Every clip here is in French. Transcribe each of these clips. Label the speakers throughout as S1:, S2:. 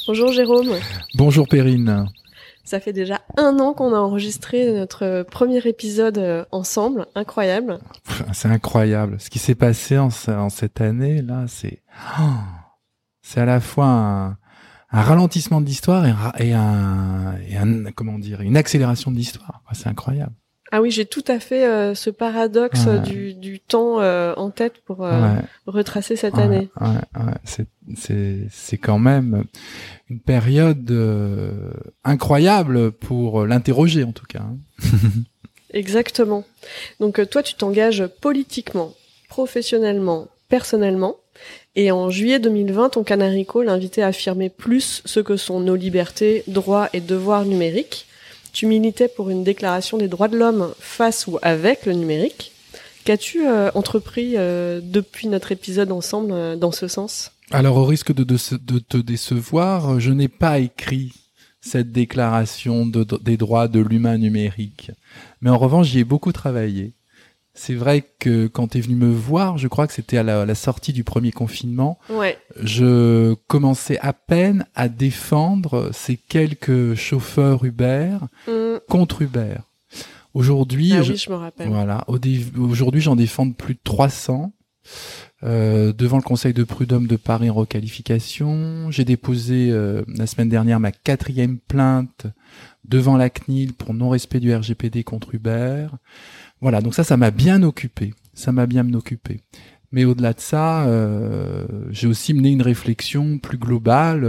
S1: Bonjour Jérôme.
S2: Bonjour Perrine.
S1: Ça fait déjà 1 an qu'on a enregistré notre premier épisode ensemble. Incroyable.
S2: C'est incroyable. Ce qui s'est passé en cette année, là, c'est à la fois un ralentissement de l'histoire et une accélération de l'histoire. C'est incroyable.
S1: Ah oui, j'ai tout à fait ce paradoxe du temps en tête pour retracer cette année.
S2: C'est quand même une période incroyable pour l'interroger en tout cas.
S1: Exactement. Donc toi, tu t'engages politiquement, professionnellement, personnellement. Et en juillet 2020, ton Canary Call invitait à affirmer plus ce que sont nos libertés, droits et devoirs numériques. Tu militais pour une déclaration des droits de l'homme face ou avec le numérique. Qu'as-tu entrepris depuis notre épisode ensemble dans ce sens ?
S2: Alors, au risque de te décevoir, je n'ai pas écrit cette déclaration des droits de l'humain numérique. Mais en revanche, j'y ai beaucoup travaillé. C'est vrai que quand tu es venu me voir, je crois que c'était à la sortie du premier confinement, je commençais à peine à défendre ces quelques chauffeurs Uber contre Uber. Aujourd'hui,
S1: je me rappelle.
S2: Voilà, aujourd'hui j'en défends plus de 300 devant le Conseil de prud'homme de Paris en requalification. J'ai déposé la semaine dernière ma 4e plainte devant la CNIL pour non-respect du RGPD contre Uber. Voilà, donc ça m'a bien occupé. Mais au-delà de ça, j'ai aussi mené une réflexion plus globale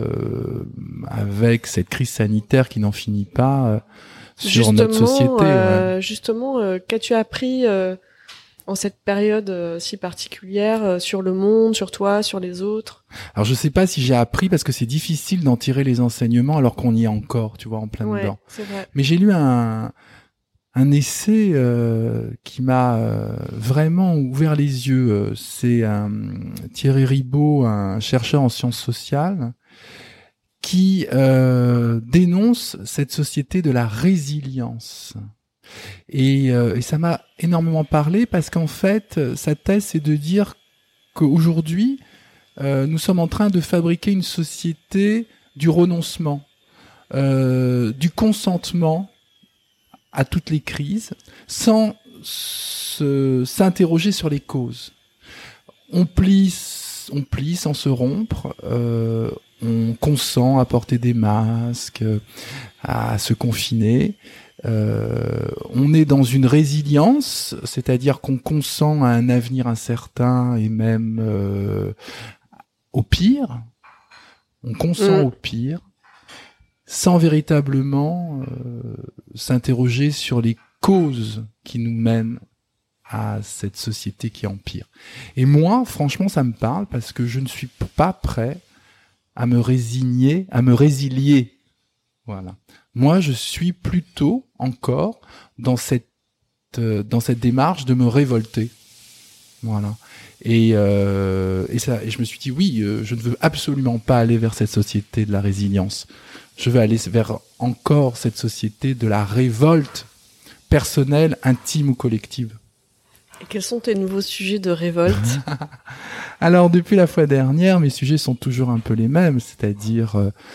S2: avec cette crise sanitaire qui n'en finit pas sur notre société.
S1: Justement, qu'as-tu appris en cette période si particulière sur le monde, sur toi, sur les autres ?
S2: Alors je sais pas si j'ai appris parce que c'est difficile d'en tirer les enseignements alors qu'on y est encore, tu vois, en plein dedans.
S1: C'est vrai.
S2: Mais j'ai lu un essai qui m'a vraiment ouvert les yeux. C'est Thierry Ribaud, un chercheur en sciences sociales, qui dénonce cette société de la résilience. Et ça m'a énormément parlé parce qu'en fait, sa thèse, c'est de dire qu'aujourd'hui, nous sommes en train de fabriquer une société du renoncement, du consentement à toutes les crises, sans s'interroger sur les causes. On plie sans se rompre, on consent à porter des masques, à se confiner. On est dans une résilience, c'est-à-dire qu'on consent à un avenir incertain et même au pire. On consent au pire, sans véritablement s'interroger sur les causes qui nous mènent à cette société qui empire. Et moi, franchement, ça me parle parce que je ne suis pas prêt à me résilier. Voilà. Moi, je suis plutôt encore dans cette démarche de me révolter. Voilà. Et je me suis dit oui, je ne veux absolument pas aller vers cette société de la résilience. Je veux aller vers encore cette société de la révolte personnelle, intime ou collective.
S1: Et quels sont tes nouveaux sujets de révolte ?
S2: Alors, depuis la fois dernière, mes sujets sont toujours un peu les mêmes, c'est-à-dire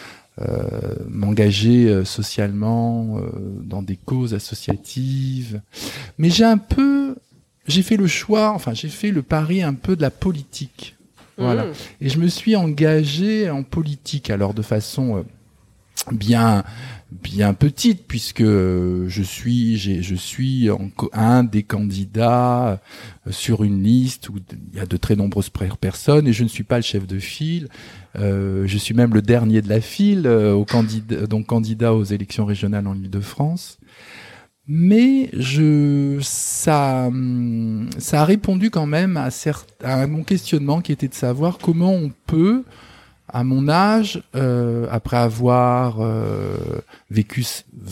S2: m'engager socialement dans des causes associatives. Mais j'ai fait le pari un peu de la politique. Voilà. Et je me suis engagé en politique, alors de façon bien petite, puisque je suis un des candidats sur une liste où il y a de très nombreuses personnes et je ne suis pas le chef de file. Je suis même le dernier de la file, candidat aux élections régionales en Île-de-France. Mais ça a répondu quand même à mon questionnement qui était de savoir comment on peut, à mon âge, après avoir vécu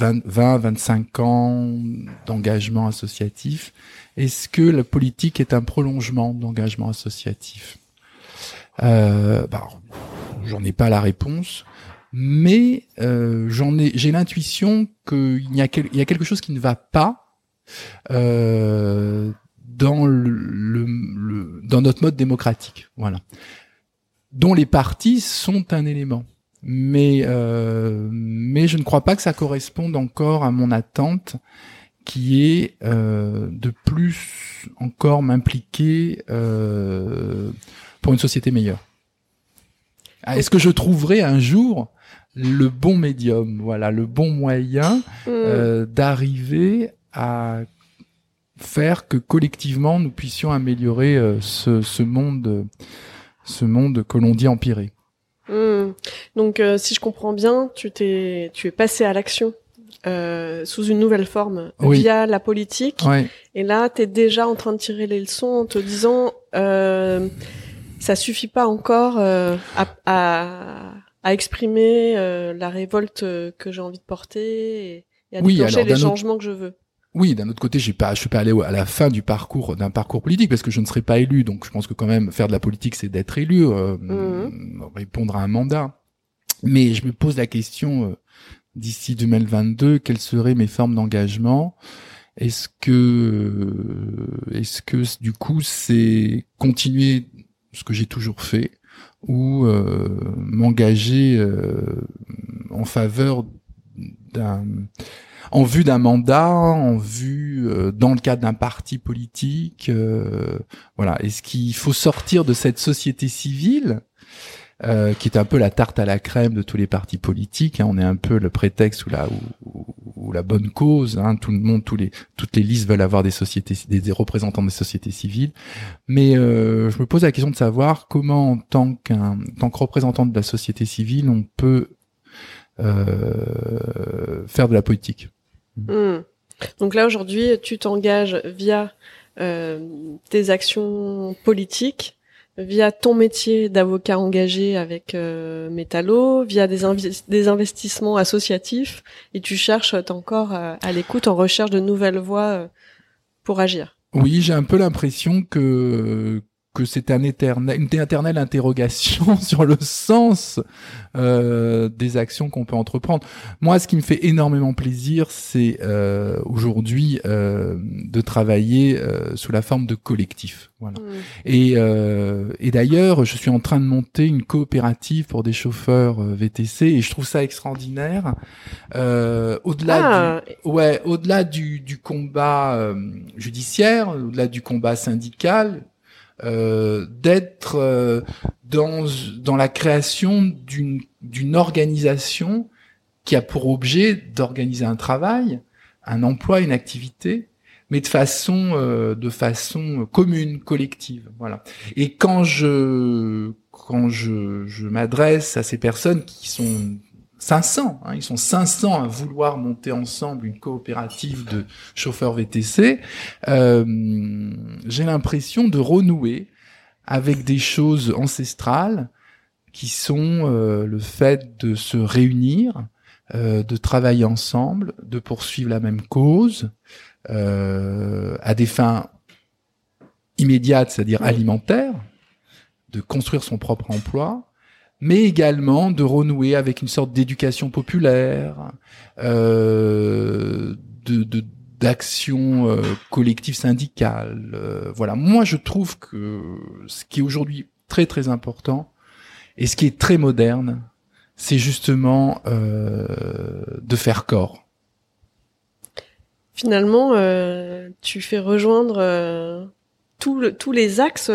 S2: 25 ans d'engagement associatif, est-ce que la politique est un prolongement d'engagement associatif ? J'en ai pas la réponse, mais j'ai l'intuition qu'il y a quelque chose qui ne va pas dans notre mode démocratique, voilà, dont les partis sont un élément. mais je ne crois pas que ça corresponde encore à mon attente, qui est de plus encore m'impliquer pour une société meilleure. Est-ce que je trouverai un jour le bon médium, voilà, le bon moyen d'arriver à faire que collectivement nous puissions améliorer ce monde que l'on dit empiré.
S1: Donc, si je comprends bien, tu es passé à l'action sous une nouvelle forme via la politique.
S2: Ouais.
S1: Et là, tu es déjà en train de tirer les leçons en te disant ça suffit pas encore à exprimer la révolte que j'ai envie de porter et à déclencher les changements que je veux.
S2: Oui, d'un autre côté, je suis pas allé à la fin d'un parcours politique parce que je ne serai pas élu. Donc, je pense que quand même faire de la politique, c'est d'être élu, répondre à un mandat. Mais je me pose la question d'ici 2022, quelles seraient mes formes d'engagement? Est-ce que du coup, c'est continuer ce que j'ai toujours fait ou m'engager en faveur en vue d'un mandat, en vue dans le cadre d'un parti politique, voilà. Est-ce qu'il faut sortir de cette société civile qui est un peu la tarte à la crème de tous les partis politiques, hein, on est un peu le prétexte ou la bonne cause, hein, tout le monde, toutes les listes veulent avoir des représentants des sociétés civiles, mais je me pose la question de savoir comment en tant que représentant de la société civile on peut faire de la politique.
S1: Donc là aujourd'hui tu t'engages via tes actions politiques, via ton métier d'avocat engagé avec Métallo, via des investissements associatifs, et tu cherches, t'es encore à l'écoute, en recherche de nouvelles voies pour agir.
S2: Oui, j'ai un peu l'impression que c'est une éternelle interrogation sur le sens des actions qu'on peut entreprendre. Moi, ce qui me fait énormément plaisir, c'est aujourd'hui de travailler sous la forme de collectif. Voilà. Et d'ailleurs, je suis en train de monter une coopérative pour des chauffeurs VTC et je trouve ça extraordinaire. Au-delà du combat judiciaire, au-delà du combat syndical, d'être dans la création d'une organisation qui a pour objet d'organiser un travail, un emploi, une activité, mais de façon commune, collective, voilà. Et quand je m'adresse à ces personnes qui sont 500, hein, ils sont 500 à vouloir monter ensemble une coopérative de chauffeurs VTC, j'ai l'impression de renouer avec des choses ancestrales qui sont le fait de se réunir, de travailler ensemble, de poursuivre la même cause, à des fins immédiates, c'est-à-dire alimentaires, de construire son propre emploi, mais également de renouer avec une sorte d'éducation populaire, d'action collective syndicale. Voilà. Moi, je trouve que ce qui est aujourd'hui très très important et ce qui est très moderne, c'est justement de faire corps.
S1: Finalement, tu fais rejoindre tous les axes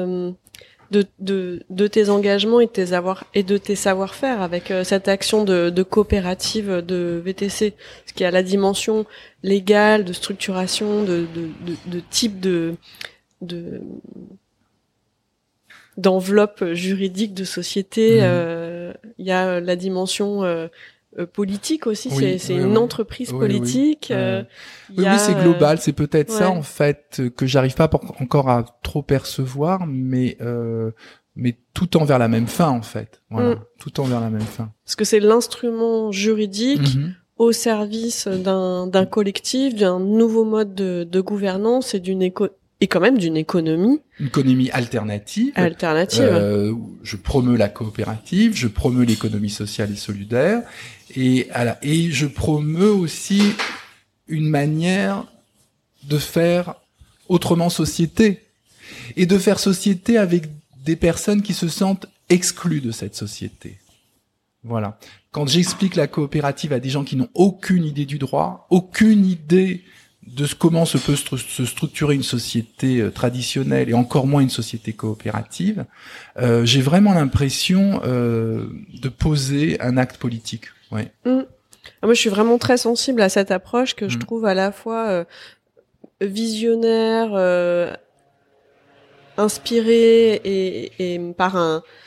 S1: de tes engagements et de tes savoir-faire avec cette action de coopérative de VTC, ce qui a la dimension légale, de structuration, de type d'enveloppe juridique de société. Il y a la dimension politique aussi, c'est une entreprise politique.
S2: Oui, c'est global, c'est peut-être ça en fait que j'arrive pas encore à trop percevoir, mais tout tend vers la même fin en fait. Voilà, tout tend vers la même fin.
S1: Parce que c'est l'instrument juridique au service d'un collectif, d'un nouveau mode de gouvernance et quand même d'une économie.
S2: Une économie alternative. Je promeus la coopérative, je promeus l'économie sociale et solidaire, et je promeus aussi une manière de faire autrement société, et de faire société avec des personnes qui se sentent exclues de cette société. Voilà. Quand j'explique la coopérative à des gens qui n'ont aucune idée du droit, aucune idée de comment se peut se structurer une société traditionnelle et encore moins une société coopérative, j'ai vraiment l'impression de poser un acte politique. Ouais.
S1: Moi, je suis vraiment très sensible à cette approche que je trouve à la fois visionnaire, inspirée et par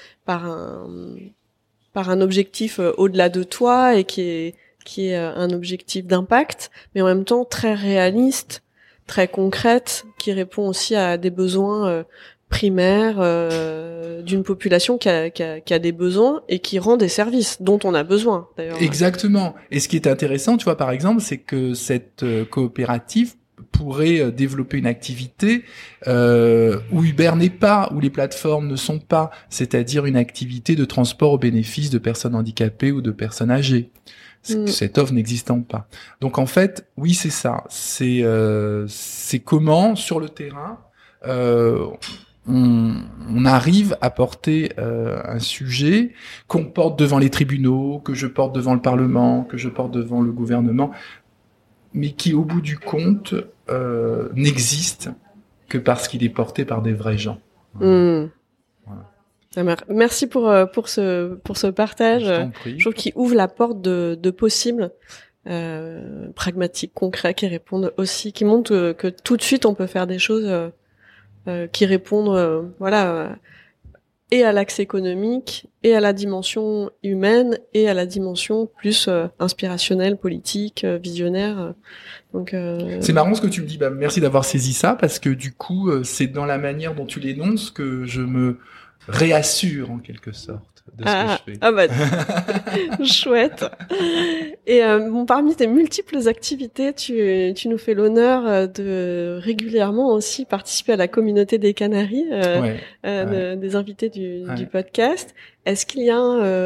S1: un objectif au-delà de toi et qui est un objectif d'impact, mais en même temps très réaliste, très concrète, qui répond aussi à des besoins primaires d'une population qui a des besoins et qui rend des services dont on a besoin, d'ailleurs.
S2: Exactement. Et ce qui est intéressant, tu vois, par exemple, c'est que cette coopérative pourrait développer une activité où Uber n'est pas, où les plateformes ne sont pas, c'est-à-dire une activité de transport au bénéfice de personnes handicapées ou de personnes âgées. Cette offre n'existant pas. Donc en fait, oui, c'est ça. C'est comment sur le terrain on arrive à porter un sujet qu'on porte devant les tribunaux, que je porte devant le Parlement, que je porte devant le gouvernement, mais qui, au bout du compte, n'existe que parce qu'il est porté par des vrais gens. Voilà.
S1: Merci pour ce partage. Je trouve qu'il ouvre la porte de possibles pragmatiques, concrets, qui répondent aussi, qui montrent que tout de suite on peut faire des choses qui répondent, et à l'axe économique, et à la dimension humaine, et à la dimension plus inspirationnelle, politique, visionnaire. Donc
S2: c'est marrant ce que tu me dis. Merci d'avoir saisi ça, parce que du coup, c'est dans la manière dont tu l'énonces que je me réassure en quelque sorte de ce que je fais.
S1: Chouette. Et parmi tes multiples activités, tu nous fais l'honneur de régulièrement aussi participer à la communauté des Canaries, des invités du podcast. Est-ce qu'il y a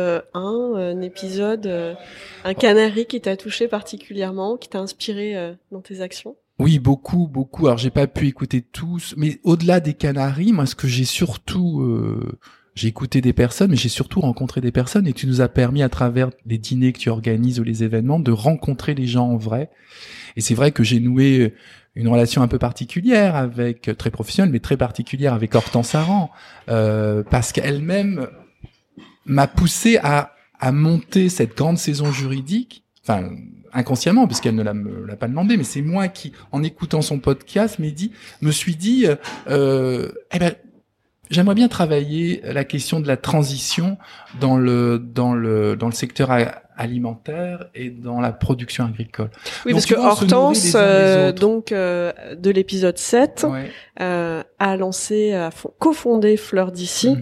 S1: un épisode, un Canari qui t'a touché particulièrement, qui t'a inspiré dans tes actions?
S2: Oui, beaucoup. Alors, j'ai pas pu écouter tous, mais au-delà des Canaries, moi, ce que j'ai surtout, j'ai écouté des personnes, mais j'ai surtout rencontré des personnes, et tu nous as permis, à travers les dîners que tu organises ou les événements, de rencontrer les gens en vrai. Et c'est vrai que j'ai noué une relation un peu particulière très professionnelle, mais très particulière avec Hortense Aran, parce qu'elle-même m'a poussé à monter cette grande saison juridique, enfin, inconsciemment, puisqu'elle ne l'a pas demandé, mais c'est moi qui, en écoutant son podcast, me suis dit, j'aimerais bien travailler la question de la transition dans le secteur alimentaire et dans la production agricole.
S1: Oui, donc, parce que Hortense, de l'épisode 7, a lancé, cofondé Fleurs d'ici,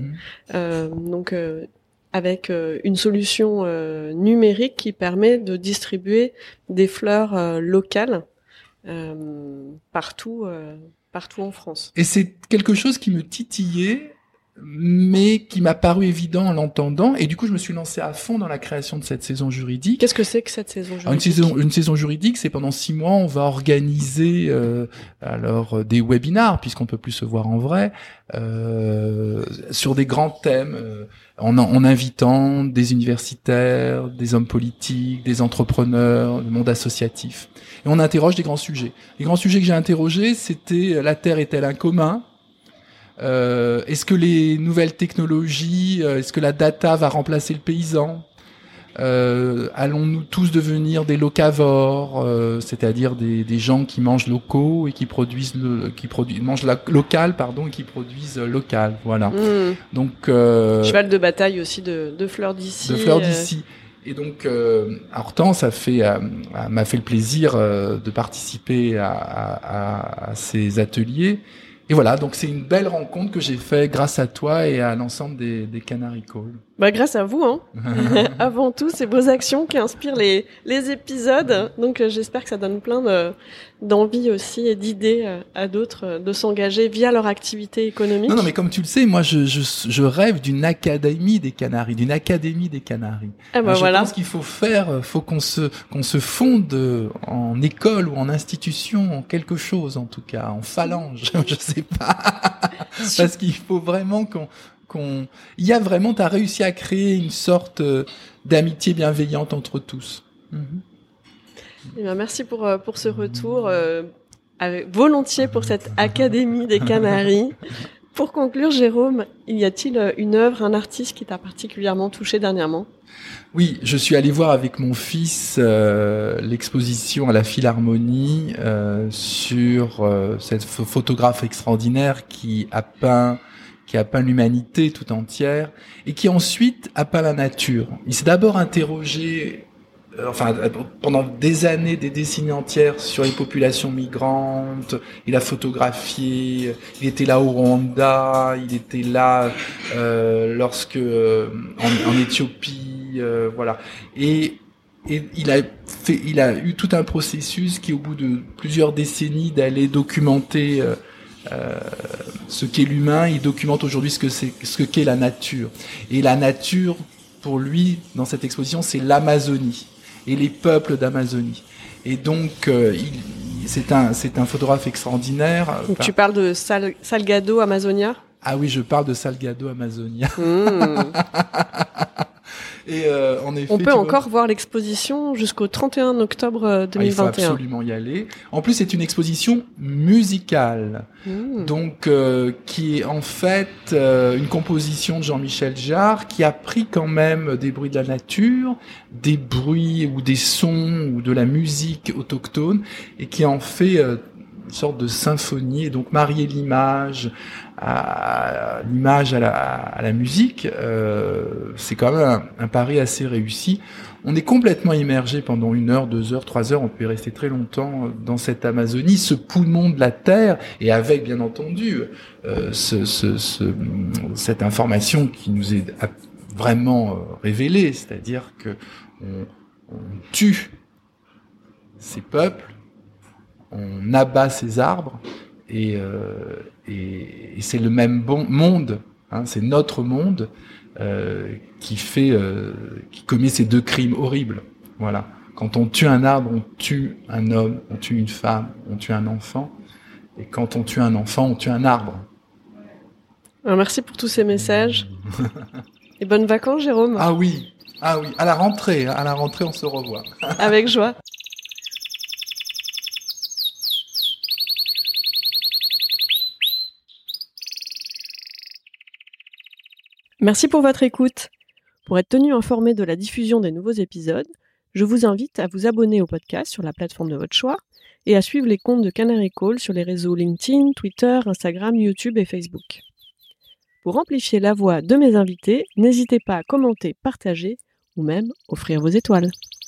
S1: avec une solution numérique qui permet de distribuer des fleurs locales partout en France.
S2: Et c'est quelque chose qui me titillait, mais qui m'a paru évident en l'entendant, et du coup je me suis lancé à fond dans la création de cette saison juridique.
S1: Qu'est-ce que c'est que cette saison juridique ?
S2: Une saison juridique, c'est pendant 6 mois, on va organiser des webinars, puisqu'on peut plus se voir en vrai, sur des grands thèmes, en invitant des universitaires, des hommes politiques, des entrepreneurs, le monde associatif. Et on interroge des grands sujets. Les grands sujets que j'ai interrogés, c'était: la terre est-elle un commun ? Est-ce que les nouvelles technologies, est-ce que la data va remplacer le paysan ? Allons-nous tous devenir des locavores, c'est-à-dire des gens qui mangent locaux et qui mangent local, et qui produisent local, voilà. Donc
S1: cheval de bataille aussi de Fleurs d'ici.
S2: De Fleurs d'ici. Et donc Hortense m'a fait le plaisir de participer à ces ateliers. Et voilà, donc c'est une belle rencontre que j'ai fait grâce à toi et à l'ensemble des Canary Call.
S1: Grâce à vous, avant tout, ces beaux actions qui inspirent les épisodes. Donc j'espère que ça donne plein d'envie aussi et d'idées à d'autres de s'engager via leur activité économique.
S2: Non, mais comme tu le sais, moi je rêve d'une académie des Canaries, Je pense qu'il faut faut qu'on se fonde en école ou en institution, en quelque chose en tout cas, en phalange, je sais pas. Parce qu'il faut vraiment il y a vraiment, t'as réussi à créer une sorte d'amitié bienveillante entre tous.
S1: Eh bien, merci pour ce retour, volontiers pour cette Académie des Canaries. Pour conclure, Jérôme, y a-t-il une œuvre, un artiste qui t'a particulièrement touché dernièrement ?
S2: Oui, je suis allé voir avec mon fils l'exposition à la Philharmonie sur cette photographe extraordinaire qui a peint l'humanité tout entière et qui ensuite a peint la nature. Il s'est d'abord interrogé pendant des années, des décennies entières sur les populations migrantes. Il a photographié. Il était là au Rwanda. Il était là lorsque en Éthiopie, voilà. Et il a eu tout un processus qui, au bout de plusieurs décennies, d'aller documenter ce qu'est l'humain. Il documente aujourd'hui ce qu'est la nature. Et la nature, pour lui, dans cette exposition, c'est l'Amazonie et les peuples d'Amazonie. Et donc, c'est un photographe extraordinaire.
S1: Donc, tu parles de Salgado Amazonia ?
S2: Ah oui, je parle de Salgado Amazonia. Et en effet,
S1: on peut encore voir l'exposition jusqu'au 31 octobre 2021.
S2: Il faut absolument y aller. En plus, c'est une exposition musicale, donc qui est en fait une composition de Jean-Michel Jarre, qui a pris quand même des bruits de la nature, des bruits ou des sons ou de la musique autochtone, et qui en fait une sorte de symphonie, et donc marier l'image à la musique, c'est quand même un pari assez réussi. On est complètement immergé pendant 1 heure, 2 heures, 3 heures, on peut y rester très longtemps dans cette Amazonie, ce poumon de la Terre, et avec bien entendu cette information qui nous est vraiment révélée, c'est-à-dire que on tue ces peuples, on abat ces arbres, et c'est le même monde, hein, c'est notre monde qui commet ces 2 crimes horribles. Voilà. Quand on tue un arbre, on tue un homme, on tue une femme, on tue un enfant. Et quand on tue un enfant, on tue un arbre.
S1: Alors, merci pour tous ces messages. Et bonnes vacances, Jérôme.
S2: Ah oui. À la rentrée, on se revoit.
S1: Avec joie. Merci pour votre écoute. Pour être tenu informé de la diffusion des nouveaux épisodes, je vous invite à vous abonner au podcast sur la plateforme de votre choix et à suivre les comptes de Canary Call sur les réseaux LinkedIn, Twitter, Instagram, YouTube et Facebook. Pour amplifier la voix de mes invités, n'hésitez pas à commenter, partager ou même offrir vos étoiles.